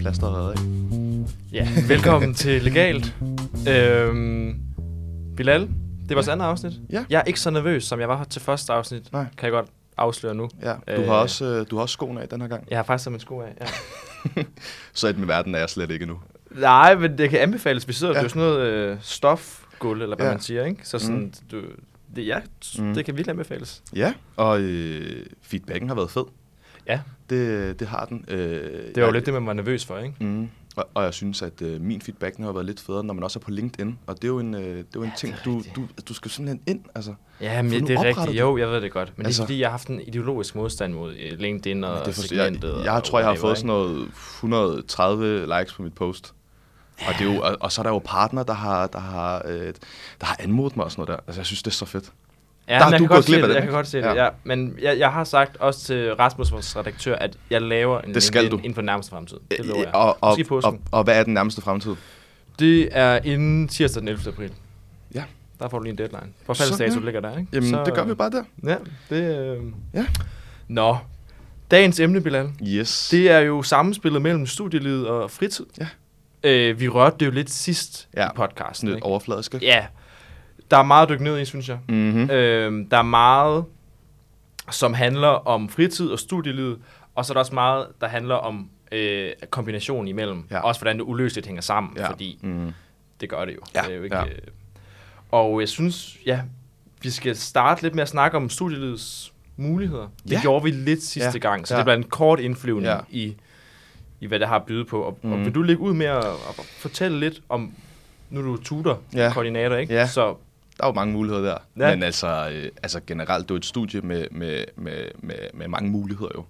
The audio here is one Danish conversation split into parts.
plasteret reddet, ikke? Ja, velkommen til Legalt. Bilal, det er vores andet afsnit. Ja. Jeg er ikke så nervøs, som jeg var til første afsnit. Nej. Kan jeg godt afsløre nu. Ja, du har også skoene af den her gang. Jeg har faktisk taget min sko af, ja. Så et med verden er jeg slet ikke endnu. Nej, men det kan anbefales. Vi sidder, det er jo sådan noget stofgulv, eller hvad man siger, ikke? Så sådan, det kan virkelig anbefales. Ja, og feedbacken har været fed. Ja. Det har den. Det var jo lidt det, man var nervøs for, ikke? Og jeg synes, at min feedback har været lidt federe, når man også er på LinkedIn. Og det er jo en ting, du skal simpelthen ind. Altså, ja, men det er rigtigt. Jo, jeg ved det godt. Men altså, det er fordi, jeg har haft en ideologisk modstand mod LinkedIn og segmentet. Jeg tror, jeg har fået sådan noget 130 likes på mit post. Ja. Og, det er jo, og så er der jo partner, der har anmodet mig og sådan noget der. Altså, jeg synes, det er så fedt. Ja, der jeg kan godt se det, ja. Men jeg har sagt også til Rasmus, vores redaktør, at jeg laver en LinkedIn inden for den nærmeste fremtid. Det lover jeg. Og hvad er den nærmeste fremtid? Det er inden tirsdag den 11. april. Ja. Der får du lige en deadline. Forfaldsdato ligger der, ikke? Jamen, så det gør vi bare der. Ja, det... Ja. Nå, dagens emne, Bilal. Yes. Det er jo sammenspillet mellem studielivet og fritid. Ja. Vi rørte det jo lidt sidst i podcasten. Lidt overfladisk. Ja. Der er meget at dykke ned i, synes jeg. Mm-hmm. Der er meget, som handler om fritid og studielivet, og så er der også meget, der handler om kombinationen imellem. Ja. Også hvordan det uløseligt hænger sammen, fordi det gør det jo. Ja. Det er jo ikke, og jeg synes, vi skal starte lidt med at snakke om studielivets muligheder. Det gjorde vi lidt sidste gang, så det bliver en kort indflyvning i hvad det har at byde på. Og vil du lægge ud med at fortælle lidt om, nu er du tutor-koordinator, ikke? Ja. Så der er jo mange muligheder der. Ja. Men altså generelt, det er jo et studie med mange muligheder jo.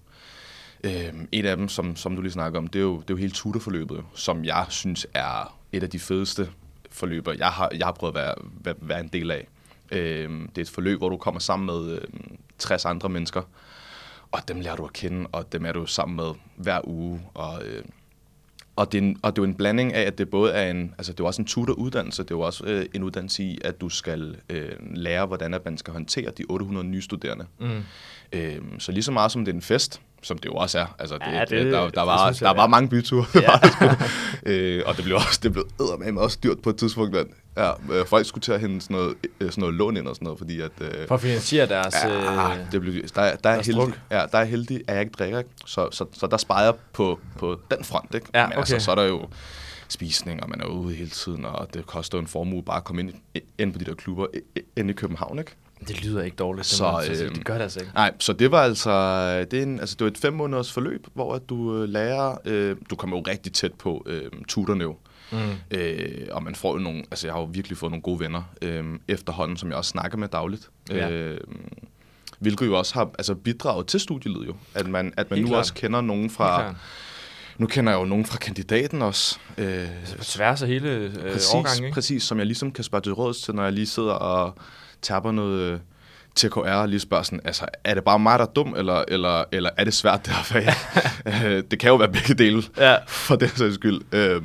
En af dem, som du lige snakker om, det er jo hele tutorforløbet, jo, som jeg synes er et af de fedeste forløber, jeg har prøvet at være en del af. Det er et forløb, hvor du kommer sammen med 60 andre mennesker, og dem lærer du at kende, og dem er du sammen med hver uge. Og det er jo en blanding af, at det både er det er jo også en tutoruddannelse, det er jo også en uddannelse i, at du skal lære, hvordan man skal håndtere de 800 nye studerende. Så lige så meget som det er en fest, som det jo også er. Altså, der var mange byture. Ja. Og det blev eddermame også dyrt på et tidspunkt. Folk skulle til at hente sådan noget lån ind og sådan noget, fordi at... for at finansiere deres... Der er heldig, at jeg ikke drikker, ikke? Så der sparer jeg på den front, ikke? Ja, men altså, så er der jo spisning, og man er ude hele tiden, og det koster en formue bare at komme ind på de der klubber ind i København, ikke? Det lyder ikke dårligt, det gør det altså ikke. Nej, så det var det var et 5 måneders forløb, hvor at du lærer, du kommer jo rigtig tæt på tutorne jo. Og man får jo nogle, altså jeg har jo virkelig fået nogle gode venner efterhånden, som jeg også snakker med dagligt. Ja. Hvilket jo også har bidraget til studielivet jo, at man nu også kender nogen fra... Nu kender jeg jo nogen fra kandidaten også. På tværs af hele årgangen, ikke? Præcis, som jeg ligesom kan spørge til råds til, når jeg lige sidder og tapper noget TKR og lige spørger sådan, altså, er det bare mig, der er dum, eller er det svært det her fag? Det kan jo være begge dele, for den sags skyld.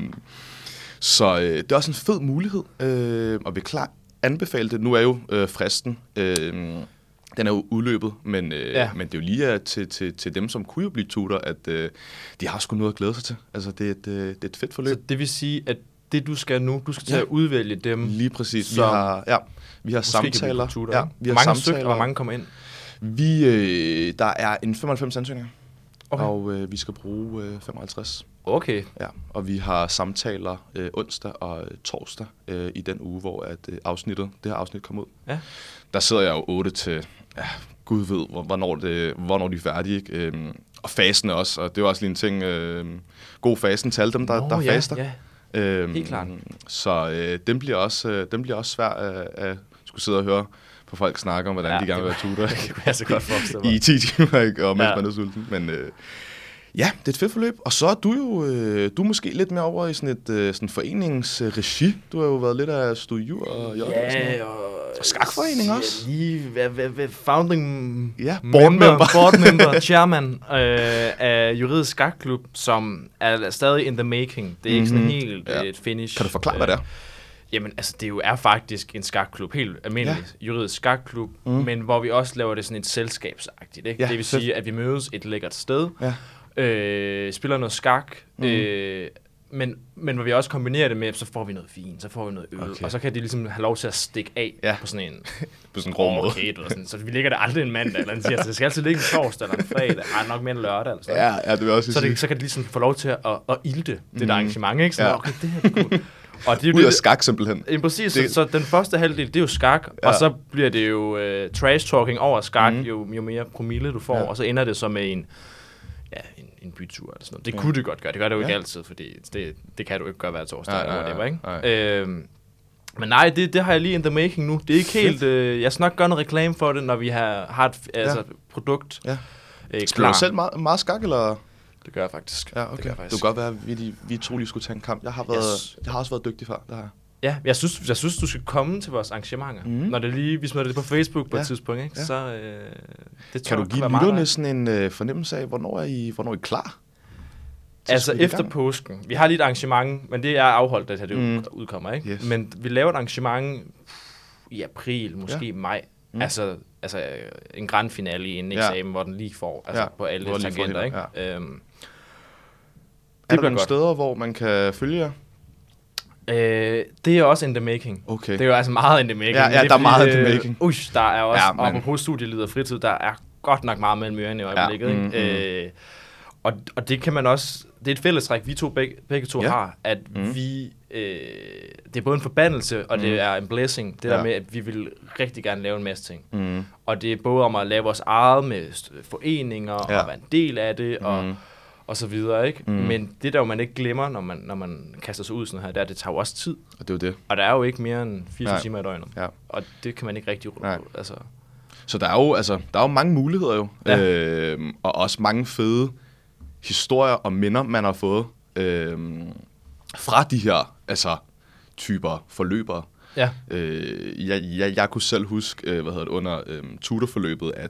Så det er også en fed mulighed, og vi er klar anbefale det. Nu er jo fristen, den er jo udløbet, men det er jo lige til dem, som kunne jo blive tutor, at de har sgu noget at glæde sig til. Altså, det er et fedt forløb. Så det vil sige, at det du skal nu, du skal til at udvælge dem. Lige præcis. Vi har samtaler. Tutor, vi har samtaler. Søgt, og hvor mange kommer ind? Der er en 95 ansøgninger, og vi skal bruge 55. Okay. Ja, og vi har samtaler onsdag og torsdag i den uge, hvor det her afsnit kommer ud. Ja. Der sidder jeg jo 8 til, Gud ved, hvornår de er færdige, ikke? Og fasen også, og det er også lige en ting, god fasen til alle dem, der faster. Ja. Helt klart. Så den bliver også svær at skulle sidde og høre på folk snakke om, hvordan de gerne vil være tutor. Det kunne jeg så godt forestille mig. I 10 timer, ikke? Og mens man er sulten. Men ja, det er et fedt forløb. Og så er du jo du er måske lidt mere over i sådan et foreningsregi. Du har jo været lidt af studier og og skakforening også. Lige founding board member, chairman af Juridisk Skakklub, som er stadig in the making. Det er ikke sådan helt et finish. Kan du forklare, hvad det er? Jamen, altså, det jo er faktisk en skakklub, helt almindelig juridisk skakklub, men hvor vi også laver det sådan et selskabsagtigt, ikke? Det vil sige, at vi mødes et lækkert sted, spiller noget skak, men hvor vi også kombinerer det med, så får vi noget vin, så får vi noget øl, og så kan de ligesom have lov til at stikke af på sådan en på sådan en grov måde. Så vi ligger der aldrig en mandag eller en tirsdag. Det skal altid ligge en torsdag eller en fredag, nok mere en lørdag. Eller sådan. Ja, det vil også sige. Så kan de ligesom få lov til at ilte det der arrangement, ikke? Så okay, det her er cool. Og det er jo ud af skak simpelthen. Præcis, så den første halvdel, det er jo skak, og så bliver det jo trash-talking over skak, jo mere promille du får, og så ender det så med en bytur eller sådan noget. Det kunne det godt gøre. Det gør det jo ikke altid, fordi det kan du ikke gøre hver torsdag eller whatever, ikke? Men nej, det har jeg lige in the making nu. Det er ikke helt... jeg skal nok gøre noget reklame for det, når vi har et produkt klar. Spiller du selv meget skak, eller... Det gør jeg faktisk. Ja, okay. Det kunne godt være, at vi to lige skulle tage en kamp. Jeg har også været dygtig før, det her. Ja, jeg synes, du skal komme til vores arrangementer. Når det lige, vi smider det på Facebook på et tidspunkt, ikke? Så det kan du give lytterne sådan en fornemmelse af, hvornår er I klar? Altså efter påsken. Vi har lige et arrangement, men det er afholdt, at det udkommer, ikke? Yes. Men vi laver et arrangement i april, måske maj. Altså en grand finale i en eksamen, hvor den lige får på alle tangenter, ikke? Er der nogle steder, hvor man kan følge jer? Det er også in the making. Okay. Det er jo altså meget in the making. Ja, der er meget in the making. Der er også, apropos studieliv og fritid, der er godt nok meget mellem ørerne i øjeblikket. Ikke? Og det kan man også, det er et fællestræk, vi begge to har, at vi, det er både en forbandelse, og det er en blessing, det der med, at vi vil rigtig gerne lave en masse ting. Og det er både om at lave vores eget med foreninger, og være en del af det, og så videre, ikke? Men det der jo man ikke glemmer, når man kaster sig ud sådan her, det tager jo også tid. Og det er jo det. Og der er jo ikke mere end 24 timer i døgnet. Ja. Og det kan man ikke rigtig rulle på. Altså. Så der er jo mange muligheder jo. Og også mange fede historier og minder, man har fået fra de her typer forløbere. Ja. Jeg kunne selv huske, under tutorforløbet, at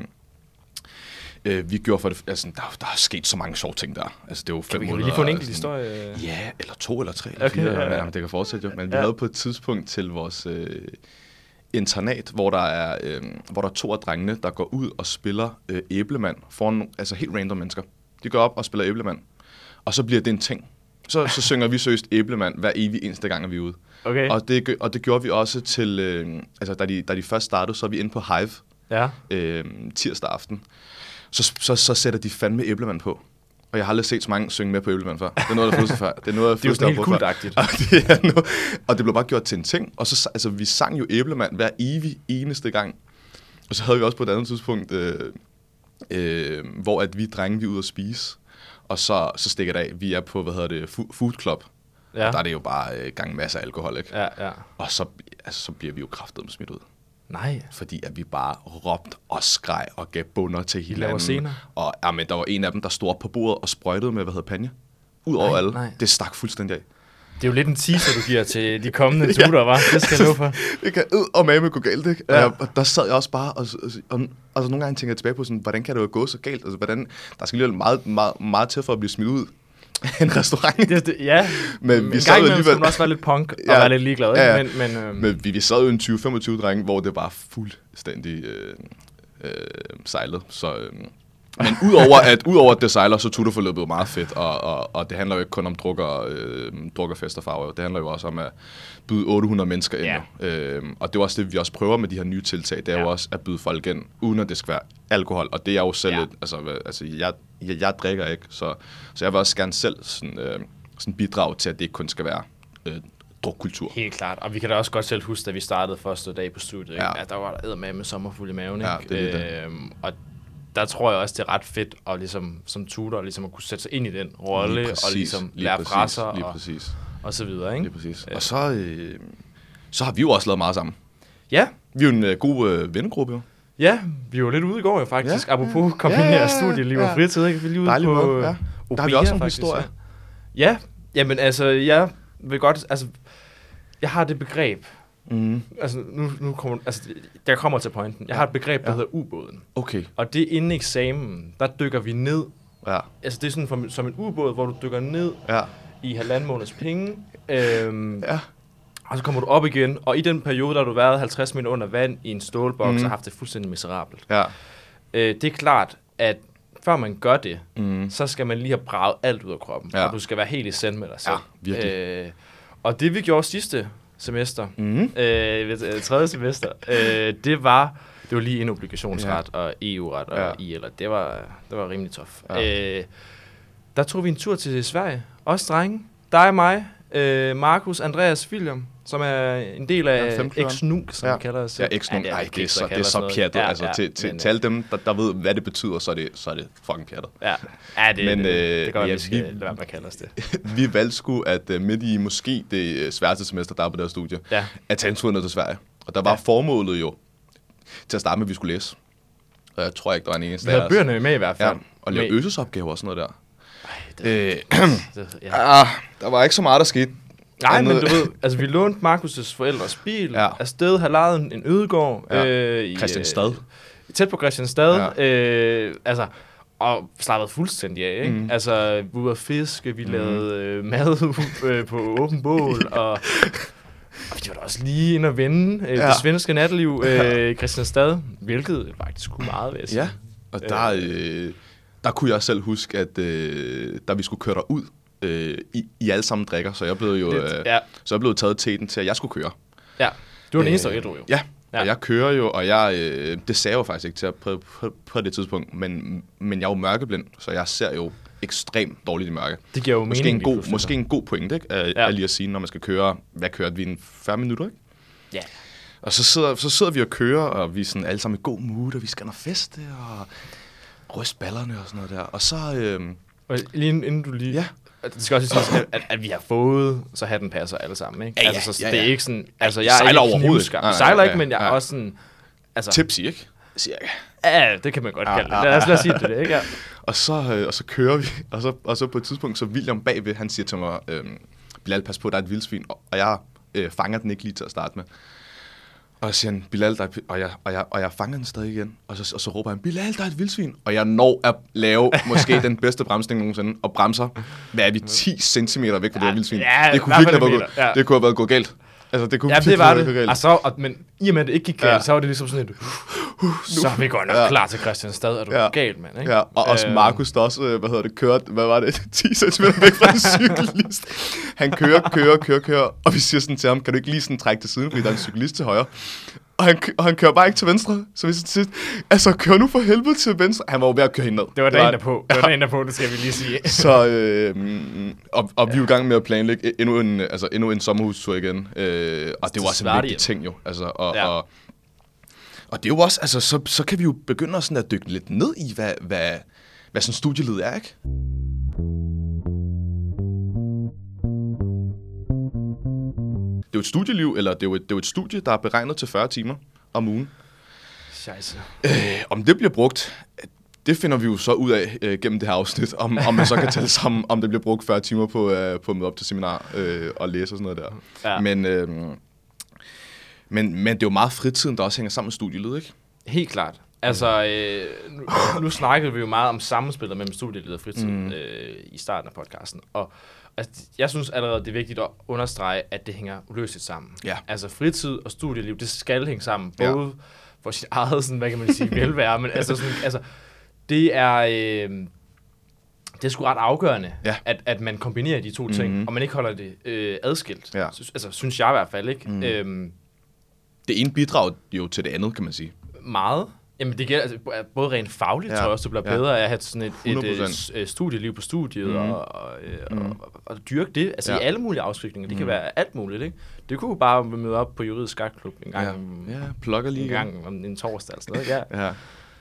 vi gjorde for det, der er sket så mange sjove ting der. Altså, det var 5 måneder. Kan vi lige få en enkelt historie? Ja, eller 2 eller 3 eller 4. Ja, det kan fortsætte jo. Men vi havde på et tidspunkt til vores internat, hvor der er 2 af drengene, der går ud og spiller æblemand foran helt random mennesker. De går op og spiller æblemand, og så bliver det en ting. Så synger vi seriøst æblemand hver evig eneste gang, at vi er ude. Okay. Og det gjorde vi også til, da de først startede, så er vi inde på Hive tirsdag aften. Så sætter de fandme æblemand på. Og jeg har aldrig set så mange synge med på æblemand før. Det er noget, der føles før. Det er noget, det er jo sådan helt kultagtigt. Og det blev bare gjort til en ting. Og så, vi sang jo æblemand hver evig eneste gang. Og så havde vi også på et andet tidspunkt, hvor at vi drenge, vi er ude at spise. Og så stikker det af. Vi er på, Food Club. Ja. Og der er det jo bare gang masser af alkohol, ikke? Ja. Og så bliver vi jo kraftedeme smidt ud. Nej. Fordi at vi bare råbte og skreg og gav bunder til hinanden. Og men der var en af dem, der stod op på bordet og sprøjtede med, panje. Ud over alle. Nej. Det stak fuldstændig af. Det er jo lidt en teaser, du giver til de kommende tutor, hva'? Det skal jeg love for. Det kan og mame gå galt, ikke? Ja. Og der sad jeg også bare, og nogle gange tænker jeg tilbage på sådan, hvordan kan det jo gå så galt? Altså, der skal lige meget, meget, meget til for at blive smidt ud af en restaurant. Ja, men vi sad jo alligevel... skulle også være lidt punk og være lidt ligeglad, ikke? Ja. Men vi sad jo en 20-25 drenge, hvor det bare fuldstændig sejlede, så... Men udover at det sejler, så tutorforløbet meget fedt, og det handler jo ikke kun om drukkerfest og farver. Det handler jo også om at byde 800 mennesker ind. Og det er også det, vi også prøver med de her nye tiltag. Det er jo også at byde folk ind, uden at det skal være alkohol. Og det er jo selv jeg drikker ikke, så jeg vil også gerne selv sådan bidrage til, at det ikke kun skal være drukkultur. Helt klart, og vi kan da også godt selv huske, da vi startede første dag på studiet, at der var der eddermame sommerfuld i maven. Og der tror jeg også, det er ret fedt at ligesom, som tutor ligesom at kunne sætte sig ind i den rolle og ligesom lære fra sig og så videre, ikke? Lige præcis. Og så har vi jo også lavet meget sammen. Ja. Vi er jo en god vennegruppe jo. Ja, vi var lidt ude i går jo faktisk. Apropos kombinere studieliv og fritid, ikke? Vi er lige ude på Obia, der har vi også nogle historier. Ja, jamen altså, jeg vil godt, altså, jeg har det begreb. Altså, nu kommer til pointen. Jeg har et begreb, der hedder ubåden. Okay. Og det er inden eksamen, der dykker vi ned. Ja. Altså, det er sådan som en ubåd, hvor du dykker ned i 1,5 måneds penge. Og så kommer du op igen, og i den periode, der har du været 50 minutter under vand i en stålboks og haft det fuldstændig miserabelt. Ja. Det er klart, at før man gør det, så skal man lige have braget alt ud af kroppen, og du skal være helt i send med dig selv. Ja, virkelig. Og det vi gjorde sidste semester, tredje semester, det var lige en obligationsret og EU-ret og IL, og det var rimelig tof. Ja. Der tog vi en tur til Sverige, også drenge, dig, mig, Markus, Andreas, William, som er en del af X-Nunk, som vi kalder os. Ja, X-Nunk. Ej, det er så pjattet. Ja, altså, til alle dem, der ved, hvad det betyder, så er det fucking pjattet. Ja, det gør vi skal lade være med at kalde os det. Vi valgte sgu, at midt i måske det sværeste semester, der er på deres studie, at tage en tur ned til Sverige. Og der var formålet jo, til at starte med, at vi skulle læse. Og jeg tror ikke, der var en eneste af os. Vi havde bøgerne med i hvert fald. Ja, og lave øvelsesopgaver og sådan noget der. Der var ikke så meget, der skete. Nej, men du ved, altså vi lånte Markus' forældres bil, afsted har lejet en ødegård. I Christianstad. Tæt på Christianstad. Altså, og slappede fuldstændig af, ikke? Altså, vi var ude at fiske, vi lavede mad på åben bål, og vi var da også lige inde og vende det svenske natteliv i Christianstad, hvilket faktisk kunne meget, vil jeg sige. Ja, og der kunne jeg selv huske, at da vi skulle køre derud, I alle sammen drikker, så jeg blev jo så jeg blev taget teten til, at jeg skulle køre. Ja, du var den eneste, der jo. Ja, og jeg kører jo, og det sagde jeg jo faktisk ikke til på det tidspunkt, men jeg er jo mørkeblind, så jeg ser jo ekstremt dårligt i mørke. Det giver jo mening. Måske en god pointe, ikke? At lige at sige, når man skal køre, hvad kørte vi, 40 minutter, ikke? Ja. Og så sidder vi og kører, og vi er sådan alle sammen i god mood, og vi skal noget feste, og ryste ballerne og sådan noget der. Og så... og lige inden du lige... Ja. Det skal også sige, at vi har fået, så hatten passer alle sammen, ikke? Altså, så det er ikke sådan... Altså, jeg sejler overhovedet. Jeg sejler ikke, men jeg er også sådan... Altså, tipsy, ikke? Cirka. Ja, det kan man godt kalde det. Lad os sige det, ikke? Ja. Og så kører vi, og så på et tidspunkt, så William bagved, han siger til mig, Bilal, pas på, der er et vildsvin, og jeg fanger den ikke lige til at starte med. Og så siger han, Bilal, og jeg fanger den stadig igen. Og så råber han, Bilal, der er et vildsvin. Og jeg når at lave måske den bedste bremsning nogensinde, og bremser, hvad er vi, 10 centimeter væk fra det her vildsvin. Ja, det kunne virkelig have været gået galt. Altså, det kunne det var det. Men i og med, at det ikke gik galt, så var det ligesom sådan et... Så er vi godt nok klar til Christianstad, er du galt, mand, ikke? Ja, og også Markus, der også, kørte, hvad var det, 10 cm væk fra en cyklist. Han kører, og vi siger sådan til ham, kan du ikke lige sådan trække til siden, fordi der er en cyklist til højre? Og han kører bare ikke til venstre, så vi siger, altså, kør nu for helvede til venstre. Han var jo ved at køre hende ned. Det var dagen derpå, det skal vi lige sige. Så, og vi er jo i gang med at planlægge endnu en sommerhustur igen. Og det var også en vigtig ting jo, altså, og det er jo også, altså, så kan vi jo begynde at, sådan at dykke lidt ned i, hvad sådan studielivet er, ikke? Det er jo et studieliv, eller det er jo et studie, der er beregnet til 40 timer om ugen. Scheisse. Om det bliver brugt, det finder vi jo så ud af gennem det her afsnit, om man så kan tælle sammen, om det bliver brugt 40 timer på at møde op til seminar og læse og sådan noget der. Ja. Men det er jo meget fritiden, der også hænger sammen med studielivet, ikke? Helt klart. Altså, nu snakkede vi jo meget om sammenspillet mellem studielivet og fritiden i starten af podcasten, og altså, jeg synes allerede, det er vigtigt at understrege, at det hænger uløseligt sammen. Ja. Altså, fritid og studieliv, det skal hænge sammen, både for sit eget, sådan, hvad kan man sige, velvære, men altså, det er sgu ret afgørende, at man kombinerer de to ting, og man ikke holder det adskilt. Ja. Altså, synes jeg i hvert fald, ikke? Det ene bidrager jo til det andet, kan man sige. Meget. Jamen, det gælder både rent fagligt, tror jeg også, du bliver bedre af at have sådan et studieliv på studiet, og dyrke det, altså i alle mulige afskygninger. Det kan være alt muligt, ikke? Det kunne bare møde op på juridisk skakklub en gang, plukker lige en gang om en torsdag eller sådan noget,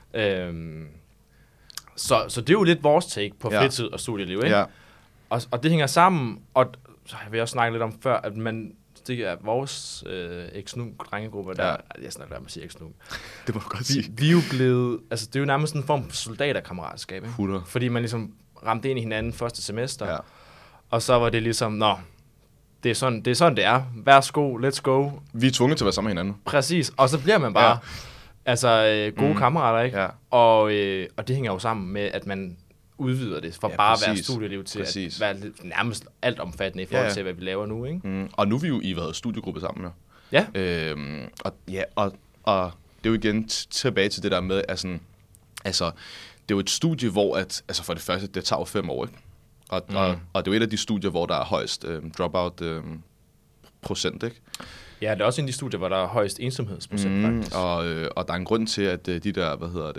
Så det er jo lidt vores take på fritid og studieliv, ikke? Ja. Og det hænger sammen, og så har vi også snakket lidt om før, at det er vores X-Nunk-drengegruppe, der... Jeg snakker der med at sige X-Nunk. Det må du godt sige. Vi er jo blevet... Altså, det er jo nærmest en form for soldaterkammeratskab, ikke? Fordi man ligesom ramte ind i hinanden første semester, og så var det ligesom, det er sådan, det er. Værsgo, let's go. Vi er tvunget til at være sammen med hinanden. Præcis, og så bliver man bare gode kammerater, ikke? Ja. Og det hænger jo sammen med, at man udvider det, for bare at være studieliv til at være nærmest alt omfattende i forhold til, hvad vi laver nu, ikke? Og nu er vi jo i været studiegruppe sammen, jo. Ja. Og det er jo igen tilbage til det der med, at sådan, altså, jo et studie, hvor at, altså for det første, det tager jo 5 år, ikke? Og det er jo et af de studier, hvor der er højst dropout procent, ikke? Ja, det er også en af de studier, hvor der er højst ensomhedsprocent, faktisk. Og der er en grund til, at de der,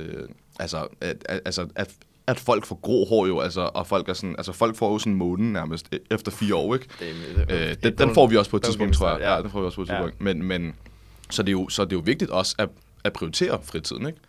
at folk får grå hår jo, altså, og folk er sådan, altså folk får jo sådan månen nærmest efter 4 år, ikke? Den får vi også på et tidspunkt, tror jeg. Ja, den får vi også på et tidspunkt. Men så det er jo vigtigt også at prioritere fritiden, ikke?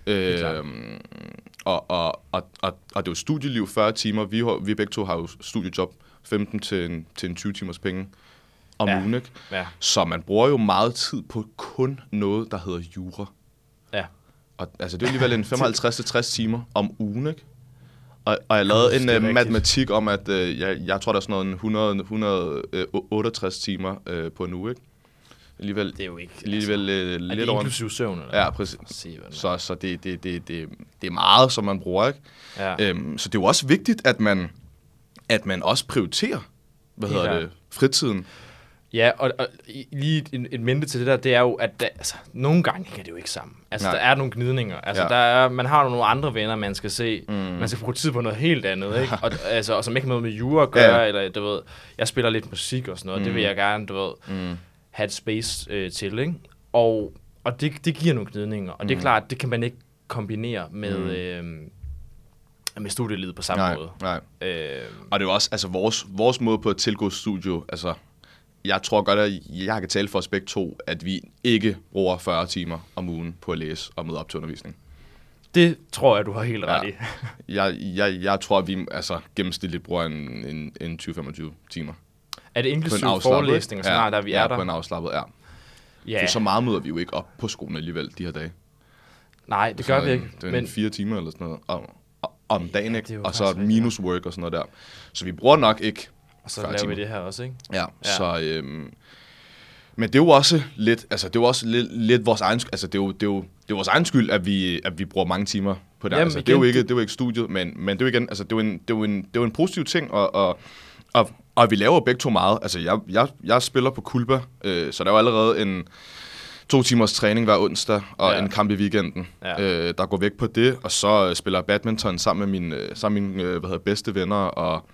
Og det er jo studieliv 40 timer. Vi begge to har jo studiejob 15 til en 20 timers penge om ugen, ikke? Ja. Så man bruger jo meget tid på kun noget, der hedder jura. Ja. Og altså, det er alligevel en 55-60 timer om ugen, ikke? Og jeg lavede en matematik om, at jeg tror, der er sådan noget 168 timer på en uge, ikke? Alligevel, det er jo ikke alligevel, lidt det inklusiv søvn? Eller? Ja, præcis. Så det er meget, som man bruger, ikke? Ja. Så det er jo også vigtigt, at man også prioriterer, fritiden. Ja, og lige et mente til det der, det er jo, at nogle gange kan det jo ikke sammen. Altså, der er nogle gnidninger. Altså, man har nogle andre venner, man skal se. Man skal bruge tid på noget helt andet, ikke? Og som ikke har noget med jura at gøre, eller du ved, jeg spiller lidt musik og sådan noget, det vil jeg gerne, du ved, have et space til, ikke? Og det giver nogle gnidninger, og det er klart, det kan man ikke kombinere med studielivet på samme måde. Nej. Og det er jo også, altså vores måde på at tilgå studio, altså, jeg tror godt, at jeg kan tale for os begge to, at vi ikke bruger 40 timer om ugen på at læse og møde op til undervisning. Det tror jeg, du har helt ret i. Jeg tror, at vi gennemsnitligt bruger en 20-25 timer. Er det inklusiv forelæsning, der vi er der? På en afslappet, For så meget møder vi jo ikke op på skolen alligevel de her dage. Nej, det gør vi ikke. Det er 4 timer eller sådan noget om dagen, ikke? Og så minus work og sådan noget der. Så vi bruger nok ikke. Og så laver vi det her også, ikke? Ja. Så men det er jo også lidt, altså det er jo også lidt vores egen, altså det er jo vores egen skyld, at vi bruger mange timer på det. Altså, det er jo ikke studiet, men det er jo igen, altså det er jo en positiv ting, og vi laver begge to meget. Altså jeg spiller på Kulba, så der er jo allerede en 2 timers træning hver onsdag og en kamp i weekenden, der går væk på det, og så spiller jeg badminton sammen med mine bedste venner, og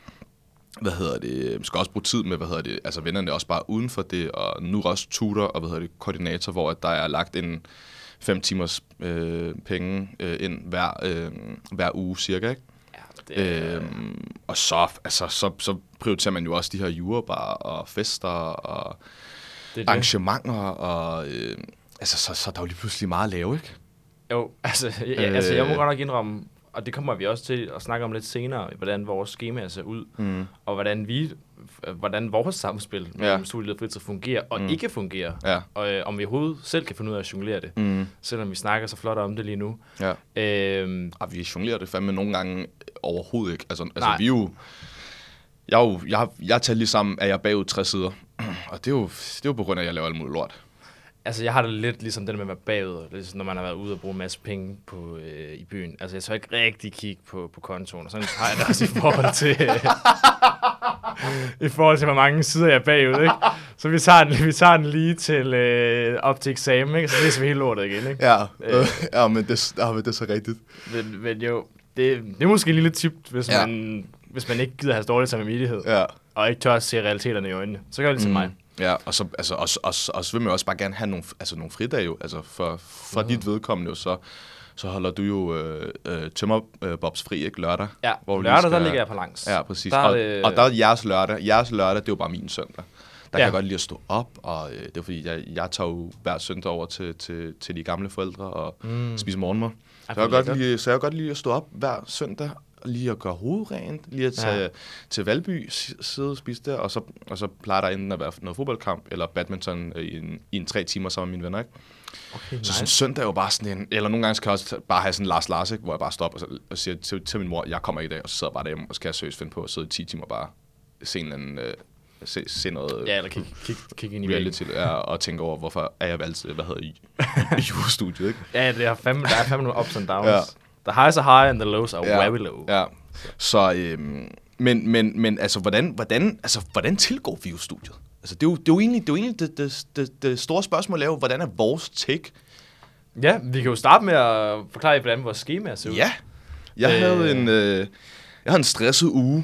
skal også bruge tid med, altså vennerne også bare uden for det, og nu også tutor og, koordinator, hvor der er lagt en 5 timers penge ind hver uge cirka, ikke? Ja, og så prioriterer man jo også de her jurebar og fester og arrangementer, og så der er jo lige pludselig meget at lave, ikke? Jo, jeg må godt nok indrømme, og det kommer vi også til at snakke om lidt senere, hvordan vores skemaer ser ud, og hvordan vores samspil mellem studiet og fritid fungerer og ikke fungerer, og om vi overhovedet selv kan finde ud af at jonglere det, selvom vi snakker så flot om det lige nu. Ja. Vi jonglerer det fandme nogle gange overhovedet ikke. Altså vi er jo... Jeg tager lige sammen, at jeg er bagud 60 sider, og det er jo på grund af, at jeg laver alt muligt lort. Altså, jeg har det lidt ligesom det med at være bagud, når man har været ude og bruge en masse penge i byen. Altså, jeg tør ikke rigtig kigge på kontoen, og sådan har jeg det også i forhold til, hvor mange sider jeg er bagud, ikke? Så vi tager den lige til op til eksamen, ikke? Så læser vi hele lortet igen, ikke? Ja, men det er så rigtigt. Men jo, det er måske en lille tip, hvis man ikke gider have dårlig samvittighed, og ikke tør at se realiteterne i øjnene. Så gør det til mig. Ja, og så vil man også bare gerne have nogle fridage jo, altså for dit vedkommende jo, så holder du jo tømmerbobs fri, ikke, lørdag? Ja, hvor lørdag, der ligger jeg på langs. Ja, præcis. Og der er jeres lørdag, det er jo bare min søndag. Der kan jeg godt lide at stå op, og det er fordi, jeg tager jo hver søndag over til de gamle forældre og spiser morgenmad. Så jeg kan godt lide at stå op hver søndag, lige at gøre hovedet rent, lige at tage til Valby, sidde og spise der, og så plejer der enten at være noget fodboldkamp, eller badminton i en 3 timer sammen med mine venner, ikke? Okay, så sådan søndag er jo bare sådan en, eller nogle gange skal jeg også bare have sådan Lars, ikke? Hvor jeg bare stopper og siger til min mor, jeg kommer ikke i dag, og så sidder jeg bare derhjemme, og skal jeg seriøst finde på at sidde i 10 timer og bare se en eller anden, se noget... Ja, eller kigge ind i reality, og tænke over, hvorfor er jeg valgt, i jurestudiet, ikke? Ja, der er fandme nogle ups and downs. Ja. The highs are high, and the lows are very low. Ja, så... Men altså, hvordan tilgår vi jo studiet? Altså, det er jo egentlig det store spørgsmål er jo, hvordan er vores take? Ja, vi kan jo starte med at forklare, hvordan vores skema ser ud. Ja. Jeg havde en stresset uge.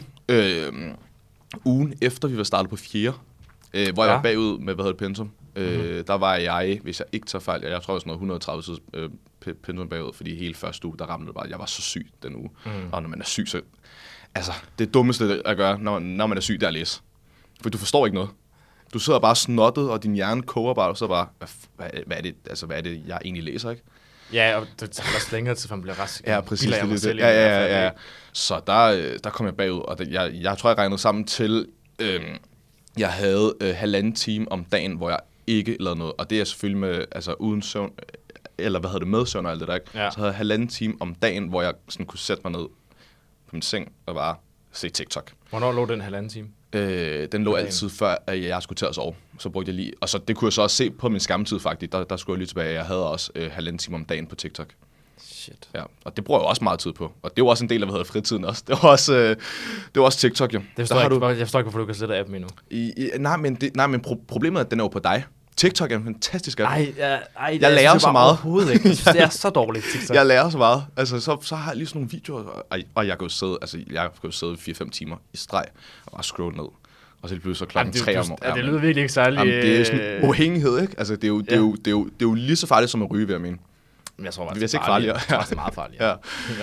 Ugen efter vi var startet på 4. Hvor jeg var bagud med, pensum. Der var jeg, hvis jeg ikke tager fejl, jeg tror, jeg var sådan noget 130 sider pensum bagud, fordi hele første uge, der ramte det bare, jeg var så syg den uge. Og når man er syg, så... Altså, det dummeste at gøre, når man er syg, det er at læse. For du forstår ikke noget. Du sidder bare snottet, og din hjerne koger bare, og så bare, hvad er det, jeg egentlig læser, ikke? Ja, og det tager også længere tid, for man bliver rask. Ja, præcis. Ja. Så der kom jeg bagud, og jeg tror, jeg regnede sammen til... Jeg havde 1,5 time om dagen, hvor jeg ikke lavede noget. Og det er selvfølgelig med, uden søvn, eller med søvn og alt det der, ikke? Ja. Så havde jeg 1,5 time om dagen, hvor jeg sådan kunne sætte mig ned på min seng og bare se TikTok. Hvornår lå den 1,5 time? Den lå altid før, at jeg skulle til at sove. Så brugte jeg lige... Og så det kunne jeg så også se på min skærmtid faktisk. Der skulle jeg lige tilbage. Jeg havde også 1,5 time om dagen på TikTok. Shit. Ja, og det bruger jeg også meget tid på. Og det er jo også en del af, fritiden også. Det var også TikTok, jo. Jeg forstår ikke, hvorfor du kan sætte appen endnu. Nej, men problemet er, at den er jo på dig. TikTok er en fantastisk app. Jeg lærer så meget. Overhovedet ikke. Det er så dårligt, TikTok. Jeg lærer så meget. Så har jeg lige sådan nogle videoer, og jeg kan jo sidde 4-5 timer i streg og bare scrolle ned. Og så pludselig så klokken 3 om morgenen. Det lyder virkelig ikke særlig... det er sådan afhængighed, ikke? Altså, det er jo lige så farligt som at ryge, vil jeg mene. Jeg tror faktisk, det er farligere. Jeg tror faktisk, det er meget farligere.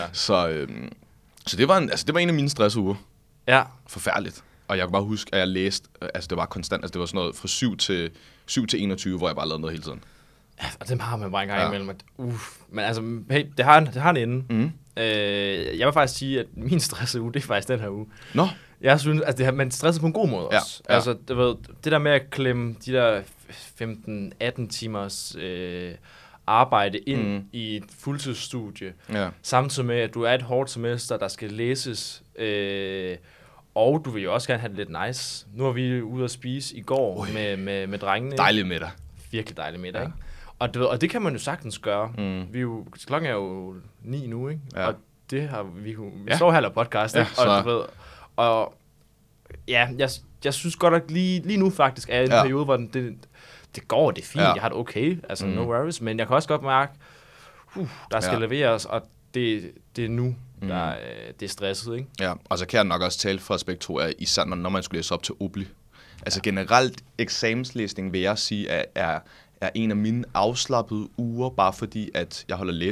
Ja. Så det var en af mine stressuger. Ja. Forfærdeligt. Og jeg kan bare huske, at jeg læste, det var konstant, det var sådan noget fra 7 til 21, hvor jeg bare lavede noget hele tiden. Ja, og dem har man bare en gang imellem. Men altså, hey, det har en ende. Jeg vil faktisk sige, at min stressuge, det er faktisk den her uge. Nå. Jeg synes, at man stresser på en god måde også. Ja. Altså, det der med at klemme de der 15-18 timers arbejde ind i et fuldtidsstudie, samtidig med, at du er et hårdt semester, der skal læses, og du vil jo også gerne have det lidt nice. Nu er vi ude at spise i går med drengene. Dejligt middag. Virkelig dejligt middag, ikke? Og det kan man jo sagtens gøre. Klokken er jo 9 nu, ikke? Ja. Og det har vi står her og podcast, ikke? Og jeg synes godt, at lige nu faktisk er en periode, hvor det går, det er fint, jeg har det okay, altså no worries, men jeg kan også godt mærke, der skal leveres, og det er nu, det er stresset, ikke? Ja, og så kan jeg nok også tale for aspekt 2, især når man skulle læse op til OBLI. Altså generelt eksamenslæsning, vil jeg sige, er en af mine afslappede uger, bare fordi, at jeg holder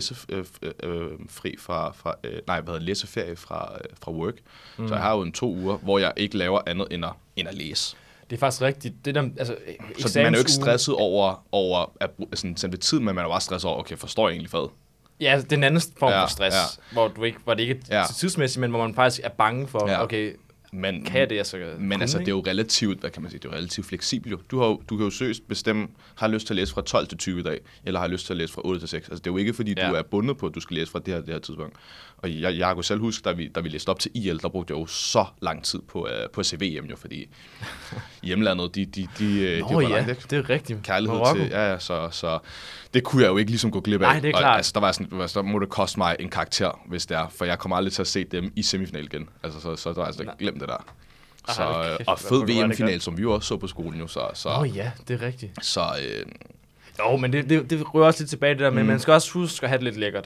læseferie fra work. Så jeg har jo 2 uger, hvor jeg ikke laver andet end at læse. Det er faktisk rigtigt. Det der, altså, så man er jo ikke stresset over sådan, selve tiden, men man er bare stresset over, okay, forstår jeg egentlig hvad? Ja, det er den anden form for stress, hvor det ikke er tidsmæssigt, men hvor man faktisk er bange for, okay, kan jeg det, jeg så men altså, det er jo relativt, hvad kan man sige, det er jo relativt fleksibelt. Du kan jo søgt bestemme, har jeg lyst til at læse fra 12 til 20 i dag, eller har jeg lyst til at læse fra 8 til 6. Altså, det er jo ikke, fordi du er bundet på, at du skal læse fra det her tidspunkt. Og jeg kunne selv huske, da vi læste op til IL, der brugte jeg jo så lang tid på CVM, jo, fordi hjemlandet, de var langt, ikke? Det er rigtigt. Kærlighed til, så det kunne jeg jo ikke ligesom gå glip af. Nej, det er klart. Altså, der må det koste mig en karakter, hvis det er, for jeg kommer aldrig til at se dem i semifinal igen. Altså, så der er altså glemt det der. Så, og fed VM-final, som vi jo også så på skolen, jo. Ja, det er rigtigt. Så... Jo, men det rører også lidt tilbage det der, men man skal også huske at have det lidt lækkert.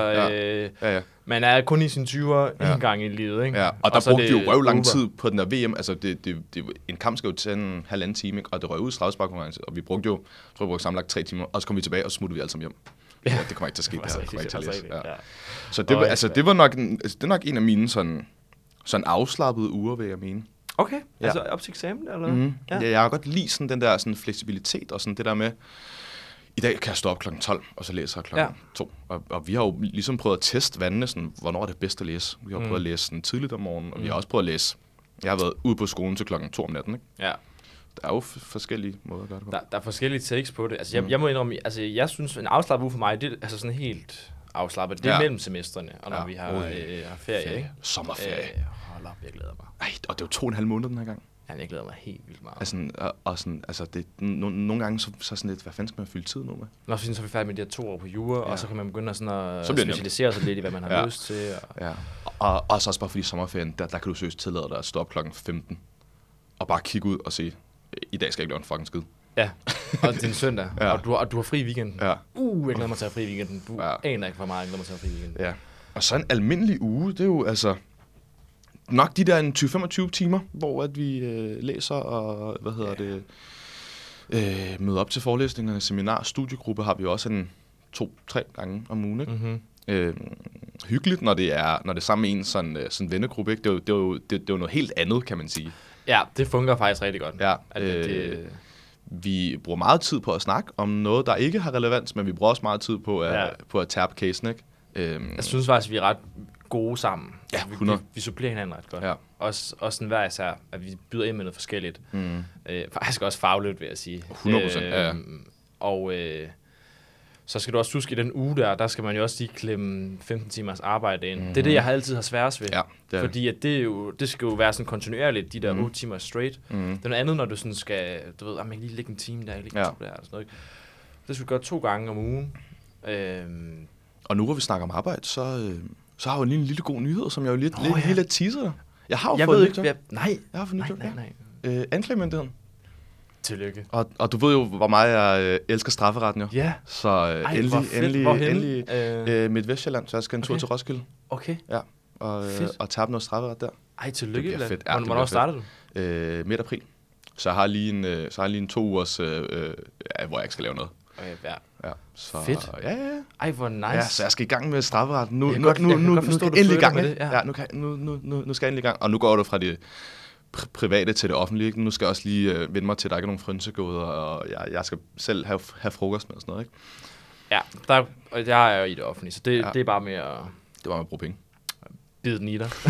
Man er kun i sine 20'er en gang i livet, ikke? Ja, og der brugte vi jo lang tid på den der VM. Altså, en kamp skal jo tage en 1,5 time, ikke? Og det røg ud i straffesparkkonkurrence, og vi brugte jo, sammenlagt 3 timer, og så kom vi tilbage, og smuttede vi alle sammen hjem. Ja, det kommer ikke til at ske, det her. Det kommer ikke til at læse. Så det var nok en af mine sådan afslappede uger, vil jeg mene. Okay, altså op til eksamen, eller? Ja, jeg har godt lide sådan den der sådan fleksibilitet, og sådan det der med, i dag kan jeg stå op klokken 12, og så læser jeg klokken 2. Og vi har jo ligesom prøvet at teste vandene, sådan, hvornår er det bedst at læse. Vi har prøvet at læse sådan tidligt om morgenen, og vi har også prøvet at læse. Jeg har været ude på skolen til klokken 2 om natten, ikke? Ja. Der er jo forskellige måder at gøre det på. Der er forskellige takes på det. Altså, jeg må indrømme, altså, jeg synes, en afslappet uge for mig, det er altså sådan helt afslappet. Det er mellem semestrene, og når vi har ferie, ikke? Sommerferie. Hold op, jeg glæder mig. Ej, og det er jo 2,5 måneder den her gang. Ja, jeg glæder mig helt vildt meget. Altså, nogle gange så sådan lidt, hvad fanden skal man fylde tid nu med? Nå, så er vi færdige med de her 2 år på jura, og så kan man begynde at specialisere sig lidt i, hvad man har lyst til. Og så også bare fordi sommerferien, der kan du seriøst tillade dig at stå op klokken 15, og bare kigge ud og sige, i dag skal jeg ikke lave en fucking skid. Ja, og det er en søndag, og du har fri i weekenden. Ja. Jeg glæder mig til at have fri i weekenden. Du aner ikke, hvor meget jeg glæder mig til at have fri i weekenden. Ja. Og så en almindelig uge, det er jo altså nok de der 20-25 timer, hvor at vi læser og, møder op til forelæsningerne, seminar, studiegruppe har vi også en 2-3 gange om ugen, ikke? Mm-hmm. Hyggeligt, når det er sammen med en sådan vennegruppe, ikke? Det er jo noget helt andet, kan man sige. Ja, det fungerer faktisk rigtig godt. Ja, vi bruger meget tid på at snakke om noget, der ikke har relevans, men vi bruger også meget tid på at tærpe casen, ikke? Jeg synes faktisk, vi er ret gode sammen. Ja, vi supplerer hinanden ret godt. Ja. Også sådan hver især, at vi byder ind med noget forskelligt. Faktisk også fagligt, vil jeg sige. 100%, ja. Og så skal du også huske, i den uge der skal man jo også lige klemme 15 timers arbejde ind. Det er det, jeg altid har sværest ved. Ja, fordi at det skal jo være sådan kontinuerligt, de der 8 timer straight. Det er noget andet, når du sådan skal, du ved, man kan lige lægge en time der, lige 2 der, og sådan noget. Det skal vi gøre 2 gange om ugen. Og nu hvor vi snakker om arbejde, så har jeg jo lige en lille god nyhed, som jeg jo lige teaser. Jeg har jo fået nyt job. Nej. Jeg har fået nyt job. Anklagemyndigheden. Tillykke. Og du ved jo, hvor meget jeg elsker strafferetten jo. Ja. Så endelig Midtvestjylland, så jeg skal en tur til Roskilde. Okay. Ja, og tabe noget strafferet der. Ej, tillykke. Det bliver fedt. Ja, hvornår starter du? Midt april. Så jeg har lige en 2 ugers, hvor jeg ikke skal lave noget. Okay, ja. Så, fedt. Ja. Ej, hvor nice. Ja, så jeg skal i gang med strafferetten. Nu skal jeg endelig i gang med det. Ja, nu skal jeg endelig i gang. Og nu går det fra det private til det offentlige. Nu skal jeg også lige vende mig til, at der ikke er nogen frynsegåder, og jeg skal selv have frokost med og sådan noget, ikke? Ja, og jeg er jo i det offentlige, så det er bare med at... Det var med at bruge penge. Bide den i dig.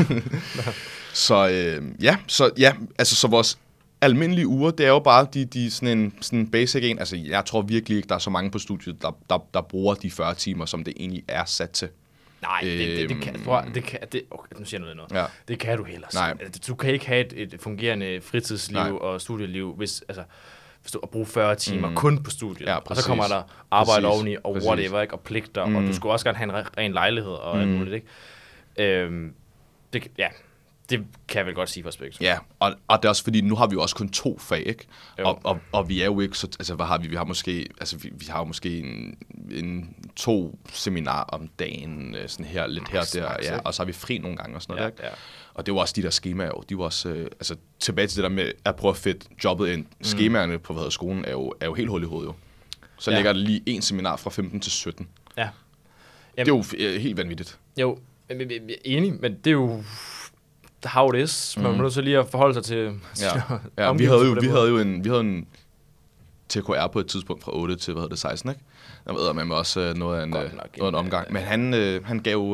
Så vores almindelige uger, det er jo bare de sådan en basic en. Altså, jeg tror virkelig ikke, der er så mange på studiet, der bruger de 40 timer, som det egentlig er sat til. Nej, det kan okay, nu siger jeg noget. Ja. Det kan du heller. Nej. Du kan ikke have et fungerende fritidsliv og studieliv, hvis du bruger 40 timer kun på studiet. Ja, og så kommer der arbejde oveni og whatever, ikke? Og pligter, og du skulle også gerne have en ren lejlighed og alt muligt, ikke? Det kan jeg vel godt sige for Spektrum. Ja, og det er også fordi, nu har vi jo også kun 2 fag, ikke? Og vi er jo ikke så... Altså, hvad har vi? Vi har måske... Altså, vi har jo måske en 2 seminarer om dagen, sådan her, lidt her og der, ja. Og så har vi fri nogle gange og sådan noget, ikke? Ja. Og det var også de der skemaer jo. De var også... tilbage til det der med at prøve at fedt jobbet ind. Skemaerne på skolen er jo helt hul i hovedet, jo. Så ligger der lige 1 seminar fra 15 til 17. Ja. Jamen, det er jo helt vanvittigt. Jo, enig, men det er jo... how it is. Man må nødt til lige at forholde sig til... Ja, vi havde en TKR på et tidspunkt fra 8 til, 16, ikke? Der ved man også noget af en omgang. Men han gav...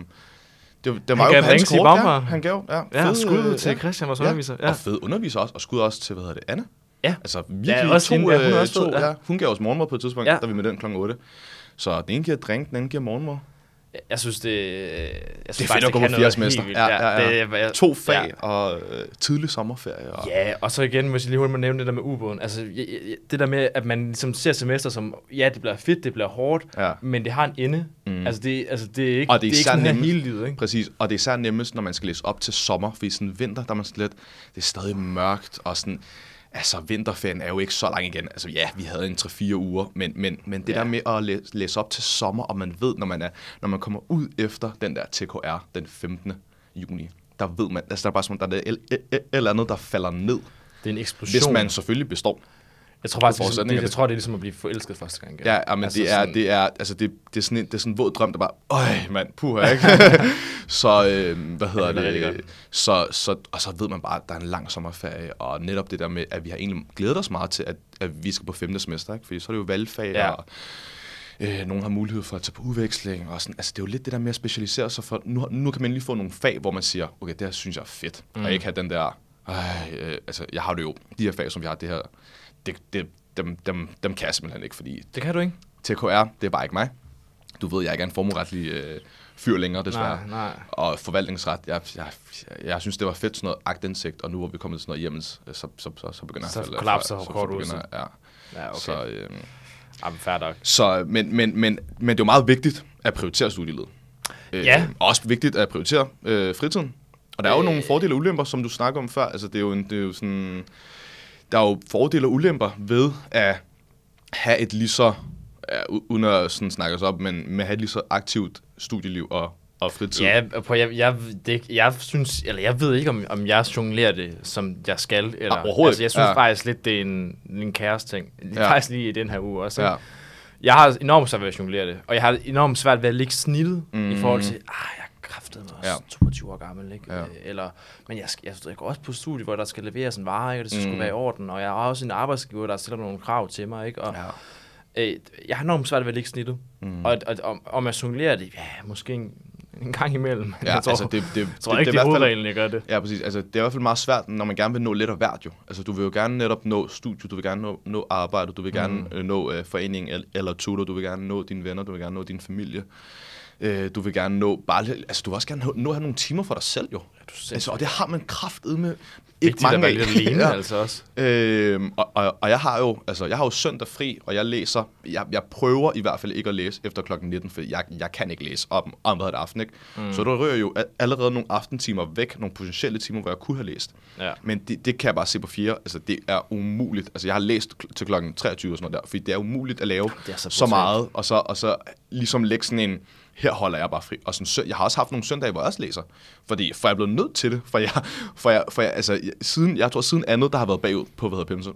Det var jo hans kort, han gav. Ja, skud til Christian, vores underviser. Ja. Og fed underviser også, og skud også til, Anne. Ja. Altså virkelig hun gav os morgenmad på et tidspunkt, da vi med den kl. 8. Så den ene giver drink, den anden giver morgenmad. Jeg synes, det er fedt at gå på 4. semester. Ja. 2 fag og tidlig sommerferie. Og... Ja, og så igen, hvis jeg lige hurtigt må nævne det der med ubåden. Altså, det der med, at man ligesom ser semester som, ja, det bliver fedt, det bliver hårdt, men det har en ende. Altså, det er ikke, og det er ikke sådan her hele livet, ikke? Præcis, og det er især nemmest, når man skal læse op til sommer, fordi sådan vinter, der er man sådan lidt, det er stadig mørkt, og sådan... Altså, vinterferien er jo ikke så lang igen. Altså, ja, vi havde en 3-4 uger, men det der med at læse op til sommer, og man ved, når man kommer ud efter den der TKR den 15. juni, der ved man, altså der er bare sådan, der er et eller andet, der falder ned. Det er en eksplosion. Hvis man selvfølgelig består. Jeg tror faktisk, det er ligesom at blive forelsket første gang. Ja, men altså, det er sådan en våd drøm, der bare, mand, puha, ikke? Så, og så ved man bare, at der er en lang sommerferie, og netop det der med, at vi har egentlig glædet os meget til, at vi skal på 5. semester, ikke? Fordi så er det jo valgfag, og nogen har mulighed for at tage på udveksling, og sådan, altså det er jo lidt det der med at specialisere sig for, nu kan man lige få nogle fag, hvor man siger, okay, det her synes jeg er fedt, og ikke have den der, altså jeg har det jo, de her fag, som vi har, det her, dem kan jeg simpelthen ikke, fordi... Det kan du ikke? TKR, det er bare ikke mig. Du ved, jeg er ikke en formueretlig fyr længere, desværre. Nej. Og forvaltningsret, jeg synes, det var fedt sådan noget aktindsigt, og nu hvor vi kommet til sådan noget hjemmels, så begynder jeg at falde. Så kollapser kort ud. Ja, okay. Så, fair nok. Så, men det er jo meget vigtigt at prioritere studielivet. Også vigtigt at prioritere fritiden. Og der er jo nogle fordele og ulemper, som du snakker om før. Altså, det er jo sådan... Der er jo fordele og ulemper ved at have et lige så, uden at sådan snakke os op, men med at have et lige så aktivt studieliv og og fritid. Ja, jeg synes, eller jeg ved ikke, om jeg jonglerer det, som jeg skal. Eller, altså, jeg synes faktisk lidt, det er en kaos-ting. Faktisk lige i den her uge også. Ja. Jeg har enormt svært ved at jonglere det, og jeg har enormt svært ved at ligge snittet i forhold til, jeg kræftede mig også 22 år gammel, ikke? Ja. Eller, men jeg går også på studie, hvor der skal leveres en vare, ikke? Og det skulle være i orden, og jeg har også en arbejdsgiver, der stiller nogle krav til mig, ikke? Og jeg har enormt svært ved at ligge snittet, og man jonglerer det, måske en gang imellem. Ja, jeg tror, altså jeg tror ikke, det er hovedreglen, jeg gør det. Ja, præcis. Altså, det er i hvert fald meget svært, når man gerne vil nå lidt af hvert jo. Altså, du vil jo gerne netop nå studiet, du vil gerne nå arbejde, du vil gerne nå forening eller tutor, du vil gerne nå dine venner, du vil gerne nå din familie. Du vil gerne nå altså du vil også gerne nå at have nogle timer for dig selv jo. Ja, altså, og det har man kraftedme ikke mange af. Vigtigt at være lidt alene, altså også. Og jeg har jo søndag fri, og jeg læser. Jeg prøver i hvert fald ikke at læse efter klokken 19, for jeg kan ikke læse om hvad det aften, ikke? Så der rører jo allerede nogle aftentimer væk, nogle potentielle timer, hvor jeg kunne have læst. Ja. Men det kan jeg bare se på 4. Altså det er umuligt. Altså jeg har læst til klokken 23 og sådan noget der, fordi det er umuligt at lave så meget, og så ligesom lægge sådan en, her holder jeg bare fri. Og sådan, jeg har også haft nogle søndage, hvor jeg også læser. For jeg er blevet nødt til det. For jeg altså, siden andet, der har været bagud på, pensum.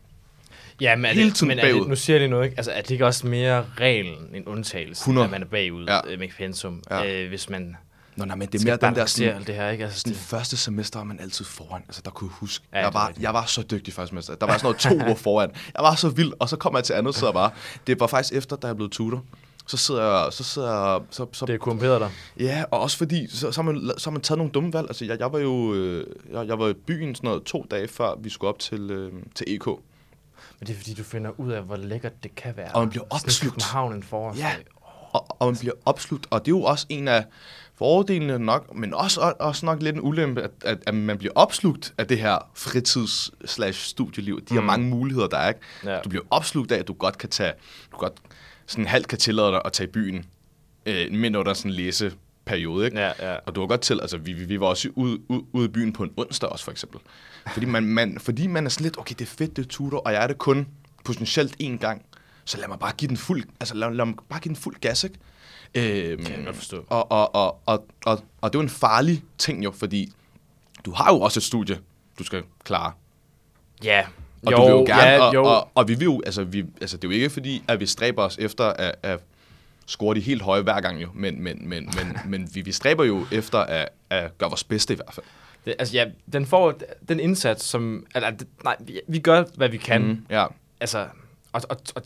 Ja, men nu siger jeg lige noget, ikke? Altså, er det ikke også mere reglen end undtagelse, 100. At man er bagud med pensum, hvis man... Nej, men det er mere den der sådan, det her, ikke? Altså, det første semester var man altid foran. Altså, der kunne jeg huske. Jeg var så dygtig første semester. Der var sådan noget 2 uger foran. Jeg var så vild, og så kom jeg til andet, så bare... Det var faktisk efter, da jeg blev tutor. Så sidder jeg... Det er korrumperet dig. Ja, og også fordi, så har man taget nogle dumme valg. Altså, jeg var jo jeg var i byen sådan noget 2 dage før, vi skulle op til EK. Men det er fordi, du finder ud af, hvor lækkert det kan være. Og man bliver opslugt. Havnen foran. Ja, og man bliver opslugt. Og det er jo også en af fordelene nok, men også nok lidt en ulempe, at man bliver opslugt af det her fritids/studieliv. De har mange muligheder, der er, ikke? Ja. Du bliver opslugt af, at du godt sådan halvt kan tillade dig at tage i byen, midt under sådan en læseperiode, ikke? Ja. Og du har godt til, altså vi var også ude i byen på en onsdag også, for eksempel. Fordi man er sådan lidt, okay, det er fedt, det er tutor, og jeg er det kun potentielt 1 gang, så lad mig bare give den fuld gas, ikke? Kan jeg godt forstå. Og det er jo en farlig ting jo, fordi du har jo også et studie, du skal klare. Ja. Og du vil jo gerne, og vi vil jo, altså det er jo ikke fordi, at vi stræber os efter at score de helt høje hver gang jo, men vi stræber jo efter at gøre vores bedste i hvert fald. Det, altså ja, den indsats, som, vi gør, hvad vi kan. Ja. Altså, og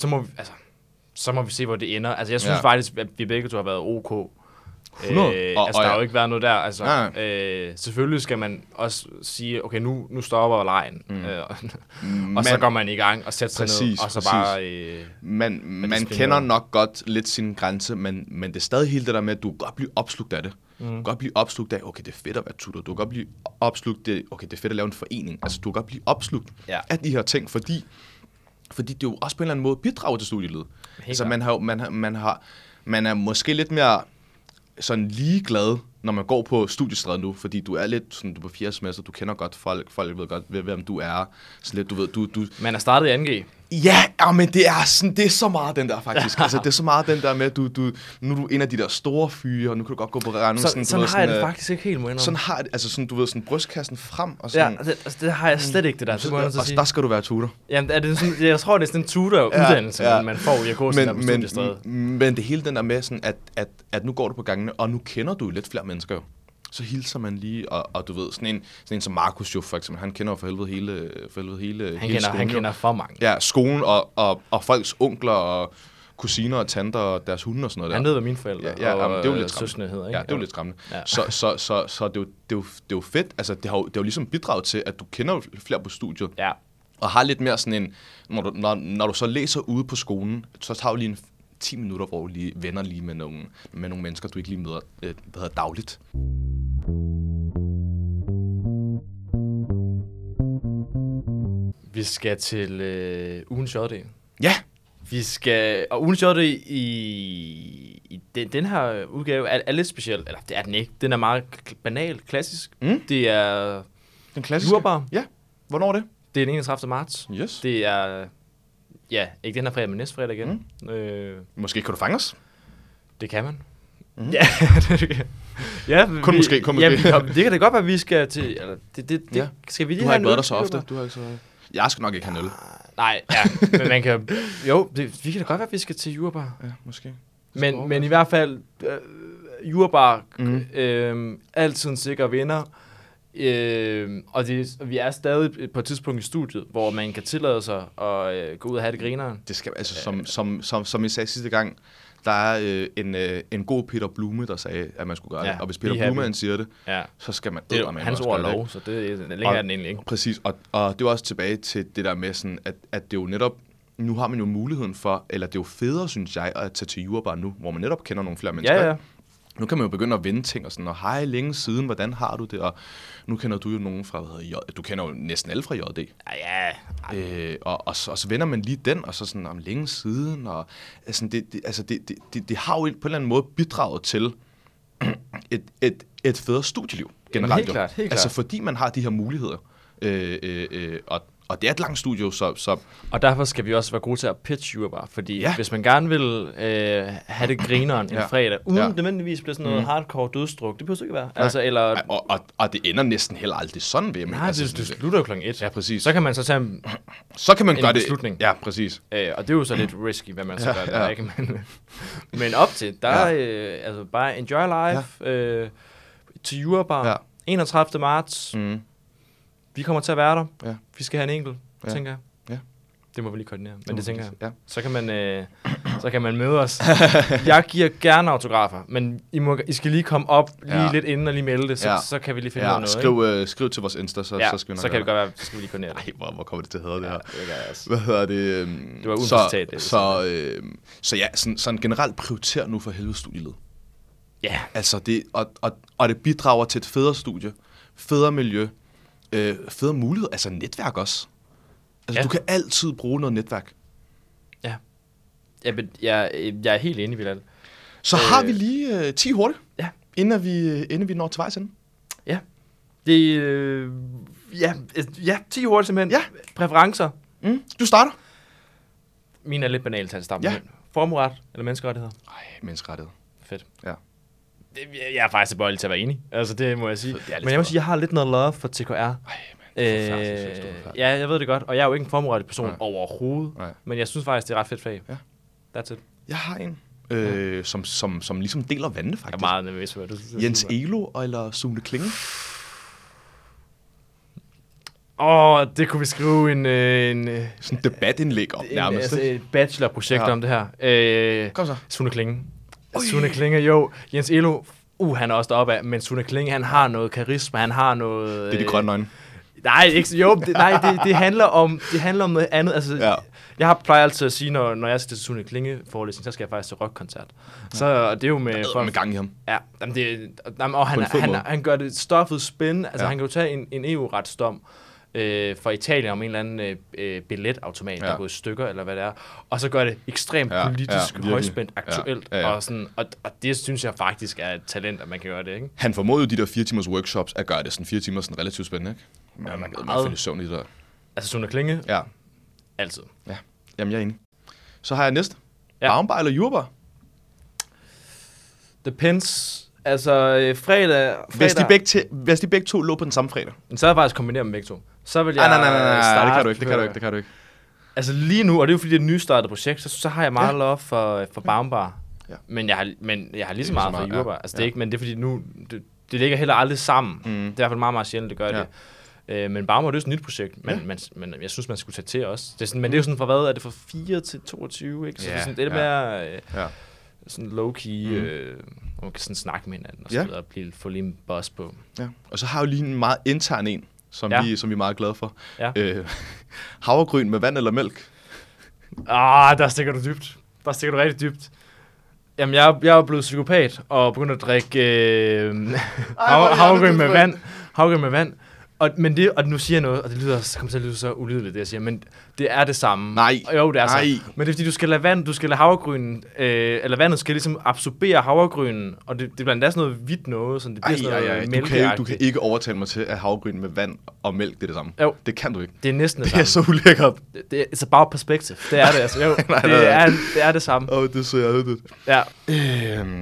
så må vi se, hvor det ender. Altså, jeg synes faktisk, at vi begge to har været ok. Der har jo ikke været noget der. Altså, selvfølgelig skal man også sige, okay, nu stopper lejen. Og så går man i gang og sætter sig ned, og så bare... Man kender nok godt lidt sin grænse, men det er stadig helt det der med, at du kan godt blive opslugt af det. Du kan godt blive opslugt af, okay, det er fedt at være tutor. Du kan godt blive opslugt af, okay, det er fedt at lave en forening. Altså, du kan godt blive opslugt af de her ting, fordi det jo også på en eller anden måde bidrager til studielivet. Altså, man er måske lidt mere sådan ligeglad, når man går på studiestredet nu, fordi du er lidt sådan, du er på 4. semester, du kender godt folk ved godt, hvem du er. Så lidt, du ved, du... Man er startet i 2G. Ja, men det er så meget den der faktisk. Altså, det er så meget den der med, at nu er du en af de der store fyre, og nu kan du godt gå på randen. Sådan har jeg det faktisk ikke helt, må jeg sådan har det, altså sådan, du ved, sådan brystkassen frem. Og sådan, ja, det har jeg slet ikke, det der. Og der skal du være tutor. Jamen, er det sådan, jeg tror, det er sådan en tutor-uddannelse, man får i at gå sådan der på studiestredet. Men det hele den der med, sådan, at nu går du på gangene, og nu kender du lidt flere mennesker jo. Så hilser man lige, og du ved, sådan en som Markus jo for eksempel, han kender jo for helvede hele Han kender for mange. Ja, skolen og folks onkler og kusiner og tanter og deres hunde og sådan noget der. Han ved, hvad mine forældre det er jo lidt søskende hedder, ikke? Ja, det er jo lidt skræmmende. Ja. Så det er jo fedt, altså det har jo ligesom bidraget til, at du kender flere på studiet. Ja. Og har lidt mere sådan en, når du så læser ude på skolen, så tager du lige en 10 minutter, hvor du lige venner lige med nogle mennesker, du ikke lige møder dagligt. Vi skal til ugens JD. Ja! Og ugens JD i den her udgave er lidt speciel. Eller det er den ikke. Den er meget banal, klassisk. Det er den klassiske? Jurbar. Ja. Hvornår er det? Det er den 31. marts. Yes. Det er... Ja, ikke den her fredag, men næste fredag igen. Måske kan du fange os? Det kan man. Ja, det kan. Ja, kun måske. Ja, det kan da godt være, at vi skal til... Eller, det skal vi lige have. Du har ikke været der så ofte. Du har ikke så... Jeg skal nok ikke have en øl. Nej, ja, men man kan... Jo, vi kan da godt være, at vi skal til Jurabar. Ja, måske. Men i hvert fald, Jurabar, altid en sikker vinder. Og vi er stadig på et tidspunkt i studiet, hvor man kan tillade sig at gå ud og have det grineren. Det skal altså, som jeg sagde sidste gang, der er en god Peter Blume, der sagde, at man skulle gøre det. Og hvis Peter Blume siger det, så skal man... Det er hans ord og lov, så det længere den egentlig ikke. Præcis, og det var også tilbage til det der med sådan, at det jo netop... Nu har man jo muligheden for, eller det er jo federe, synes jeg, at tage til Jurabar nu, hvor man netop kender nogle flere mennesker. Ja. Nu kan man jo begynde at vinde ting og sådan, og hej, længe siden, hvordan har du det? Og nu kender du jo nogen fra, du kender jo næsten alle fra JD. Ja. Og så vender man lige den, og så sådan om længe siden, og altså, det har jo på en eller anden måde bidraget til et federe studieliv generelt. Helt klart. Altså fordi man har de her muligheder, og det er et langt studie, så... Og derfor skal vi også være gode til at pitch Jurabar, fordi hvis man gerne vil have det grineren en fredag, uden nødvendigvis bliver sådan noget hardcore dødsdruk, det behøver ikke være. Altså, eller... og det ender næsten heller aldrig sådan ved. Nej, det slutter jo klokken 1. Ja, præcis. Så kan man så tage en beslutning. Ja, præcis. Og det er jo så lidt risky, hvad man så gør der, ikke? Men op til, der er altså bare enjoy life til Jurabar, 31. marts. Vi kommer til at være der. Ja. Vi skal have en enkelt, tænker jeg. Ja. Det må vi lige koordinere, men det tænker jeg. Ja. Så kan man møde os. Jeg giver gerne autografer, men I skal lige komme op lidt inden og lige melde det, så kan vi lige finde noget. Skriv til vores Insta, så skal vi nok. Så kan det godt være, så skal vi lige koordinere det. Ej, hvor kommer det til at hedde det her? Det gør jeg også. Hvad hedder det? Det var uden citat, det. Så ja, sådan generelt prioriter nu for helvede studielivet. Ja. Altså det, og det bidrager til et federe studie, federe miljø, federe mulighed, altså netværk også. Altså du kan altid bruge noget netværk. Ja. Jeg er helt enig, Bilal. Så har vi lige 10 hurtigt, inden vi når til vejs ende. Ja. Det 10 hurtigt simpelthen. Ja. Præferencer. Du starter. Mine er lidt banale til at starte med. Formueret eller menneskerettigheder? Menneskerettigheder. Fedt. Ja. Jeg er faktisk tilbøjelig til at være enig. Altså, det må jeg sige. Men jeg må sige, jeg har lidt noget love for TKR. Jeg ved det godt. Og jeg er jo ikke en formuerettig person overhovedet. Nej. Men jeg synes faktisk, det er ret fedt fag. Ja. That's it. Jeg har en, som ligesom deler vandene, faktisk. Jeg er meget nervøs for, hvad du synes. Jens Elo eller Sune Klinge? Det kunne vi skrive en sådan et debatindlæg om, nærmest. Altså et bachelorprojekt om det her. Kom så. Sune Klinge. Sune Klinge, Jens Elo, han er også deroppe af, men Sune Klinge, han har noget karisma, han har noget... Det er de grønne øjne. Nej, ikke, det handler om noget andet. Altså, jeg plejer altid at sige, når jeg skal til Sune Klinge forelæsning, så skal jeg faktisk til rockkoncert. Så det er jo med gang i ham. Ja, og han gør det stoffet spændende. Altså, han kan jo tage en EU-retsdom for Italien om en eller anden billetautomat, der er gået i stykker, eller hvad det er. Og så gør det ekstremt politisk højspændt aktuelt. Og det synes jeg faktisk er et talent, at man kan gøre det, ikke? Han formår jo de der 4 timers workshops at gøre det sådan 4 timer sådan relativt spændende, ikke? Ja, man kan finde søvn i det der. Altså Sune Klinge? Ja. Altid. Ja. Jamen, jeg er enig. Så har jeg næste. Baumbar eller Jurabar? Depends. Altså fredag... Hvis de begge to lå på den samme fredag. Så er jeg faktisk kombineret med begge to. Så vil jeg... Nej, det kan du ikke. Altså lige nu, og det er jo fordi det er et nystartet projekt, så har jeg meget love for Baumbar. Ja. Men jeg har lige så meget for Jurabar. Altså det er ikke, men det er fordi nu... Det ligger heller aldrig sammen. Det er i hvert fald meget, meget sjældent, det gør det. Men Baumbar, det er jo sådan et nyt projekt, men jeg synes, man skulle tage til også. Det er sådan, men det er jo sådan fra hvad? Er det fra 4 til 22, ikke? Så det er sådan, det er mere sådan low-key, hvor man kan sådan snakke med hinanden og så videre, og få lige en boss på. Ja. Og så har jeg jo lige en meget intern en, som vi er meget glade for. Ja. Havregryn med vand eller mælk? Der stikker du dybt. Der stikker du rigtig dybt. Jamen, jeg er blevet psykopat og begyndt at drikke havregryn med vand. Havregryn med vand. Og nu siger jeg noget, og det kommer til at lyde så ulydeligt, det jeg siger, men det er det samme. Nej. Jo, det er så. Men det er fordi, du skal lade havregrynen, eller vandet skal ligesom absorbere havregrynen, og det er blandt andet sådan noget hvidt noget, sådan det bliver sådan noget mælkeagtigt. Du kan ikke overtale mig til, at havregryn med vand og mælk, det er det samme. Jo. Det kan du ikke. Det er næsten det samme. Det er så ulækkert. Det er about perspective. Det er det, altså. Jo, det er det samme. Det er så ærligt. Ja.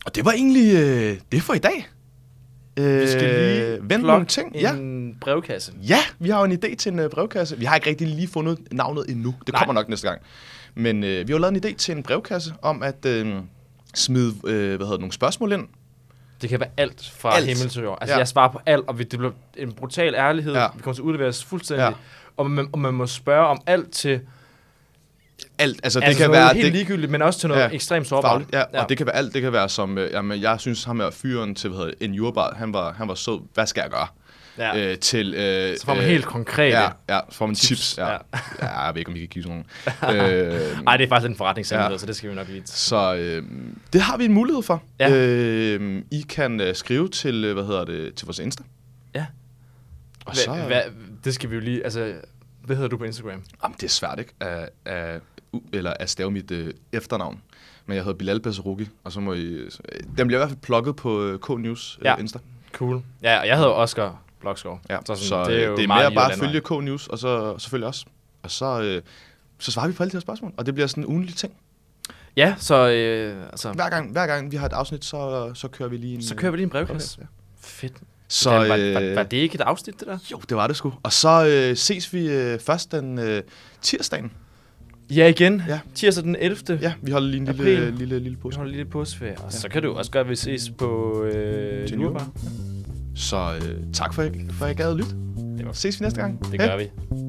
Og det var egentlig det for i dag. Vi skal lige vente nogle ting. En brevkasse. Ja, vi har jo en idé til en brevkasse. Vi har ikke rigtig lige fundet navnet endnu. Det kommer nok næste gang. Men vi har lavet en idé til en brevkasse om at smide nogle spørgsmål ind. Det kan være alt fra himmel til jord. Altså, jeg svarer på alt, og det bliver en brutal ærlighed. Ja. Vi kommer til at udlevere os fuldstændig. Ja. Og man må spørge om alt til... Alt, altså det kan være helt ligegyldigt, men også til noget ekstremt sårbart. Ja, og det kan være alt. Det kan være som, jamen, jeg synes ham her fyren til en jurbar, han var sød. Hvad skal jeg gøre? Ja. Så får man helt konkret. Ja, så får man tips. Ja. Jeg ved ikke, om vi kan give sådan nogle. Nej, det er faktisk en forretningshemmelighed, så det skal vi nok vide. Så det har vi en mulighed for. Ja. I kan skrive til, til vores Insta. Ja. Og det skal vi jo lige, altså... Hvad hedder du på Instagram? Jamen, det er svært, ikke? At stave mit efternavn. Men jeg hedder Bilal Basarugi, og så må I... Den bliver i hvert fald plugget på K-News Insta. Cool. Ja, og jeg hedder Oscar Blokskov. Ja, så det er mere bare at følge K-News, og så selvfølgelig også. Og så svarer vi på alle de her spørgsmål, og det bliver sådan en ugenlig ting. Ja, så... altså... Hver gang vi har et afsnit, så kører vi lige en... Så kører vi lige en brevkasse. Ja. Fedt. Så, var det ikke et afsnit, det der? Jo, det var det sgu. Og så ses vi først den tirsdagen. Ja, igen. Ja. Tirsdag den 11. Ja, vi holder lige en lille påske. Vi holder en lille påskeferie. Og så kan du også gøre, at vi ses på Jurbar. Så tak for at I gad lytte. Ses vi næste gang. Det gør vi.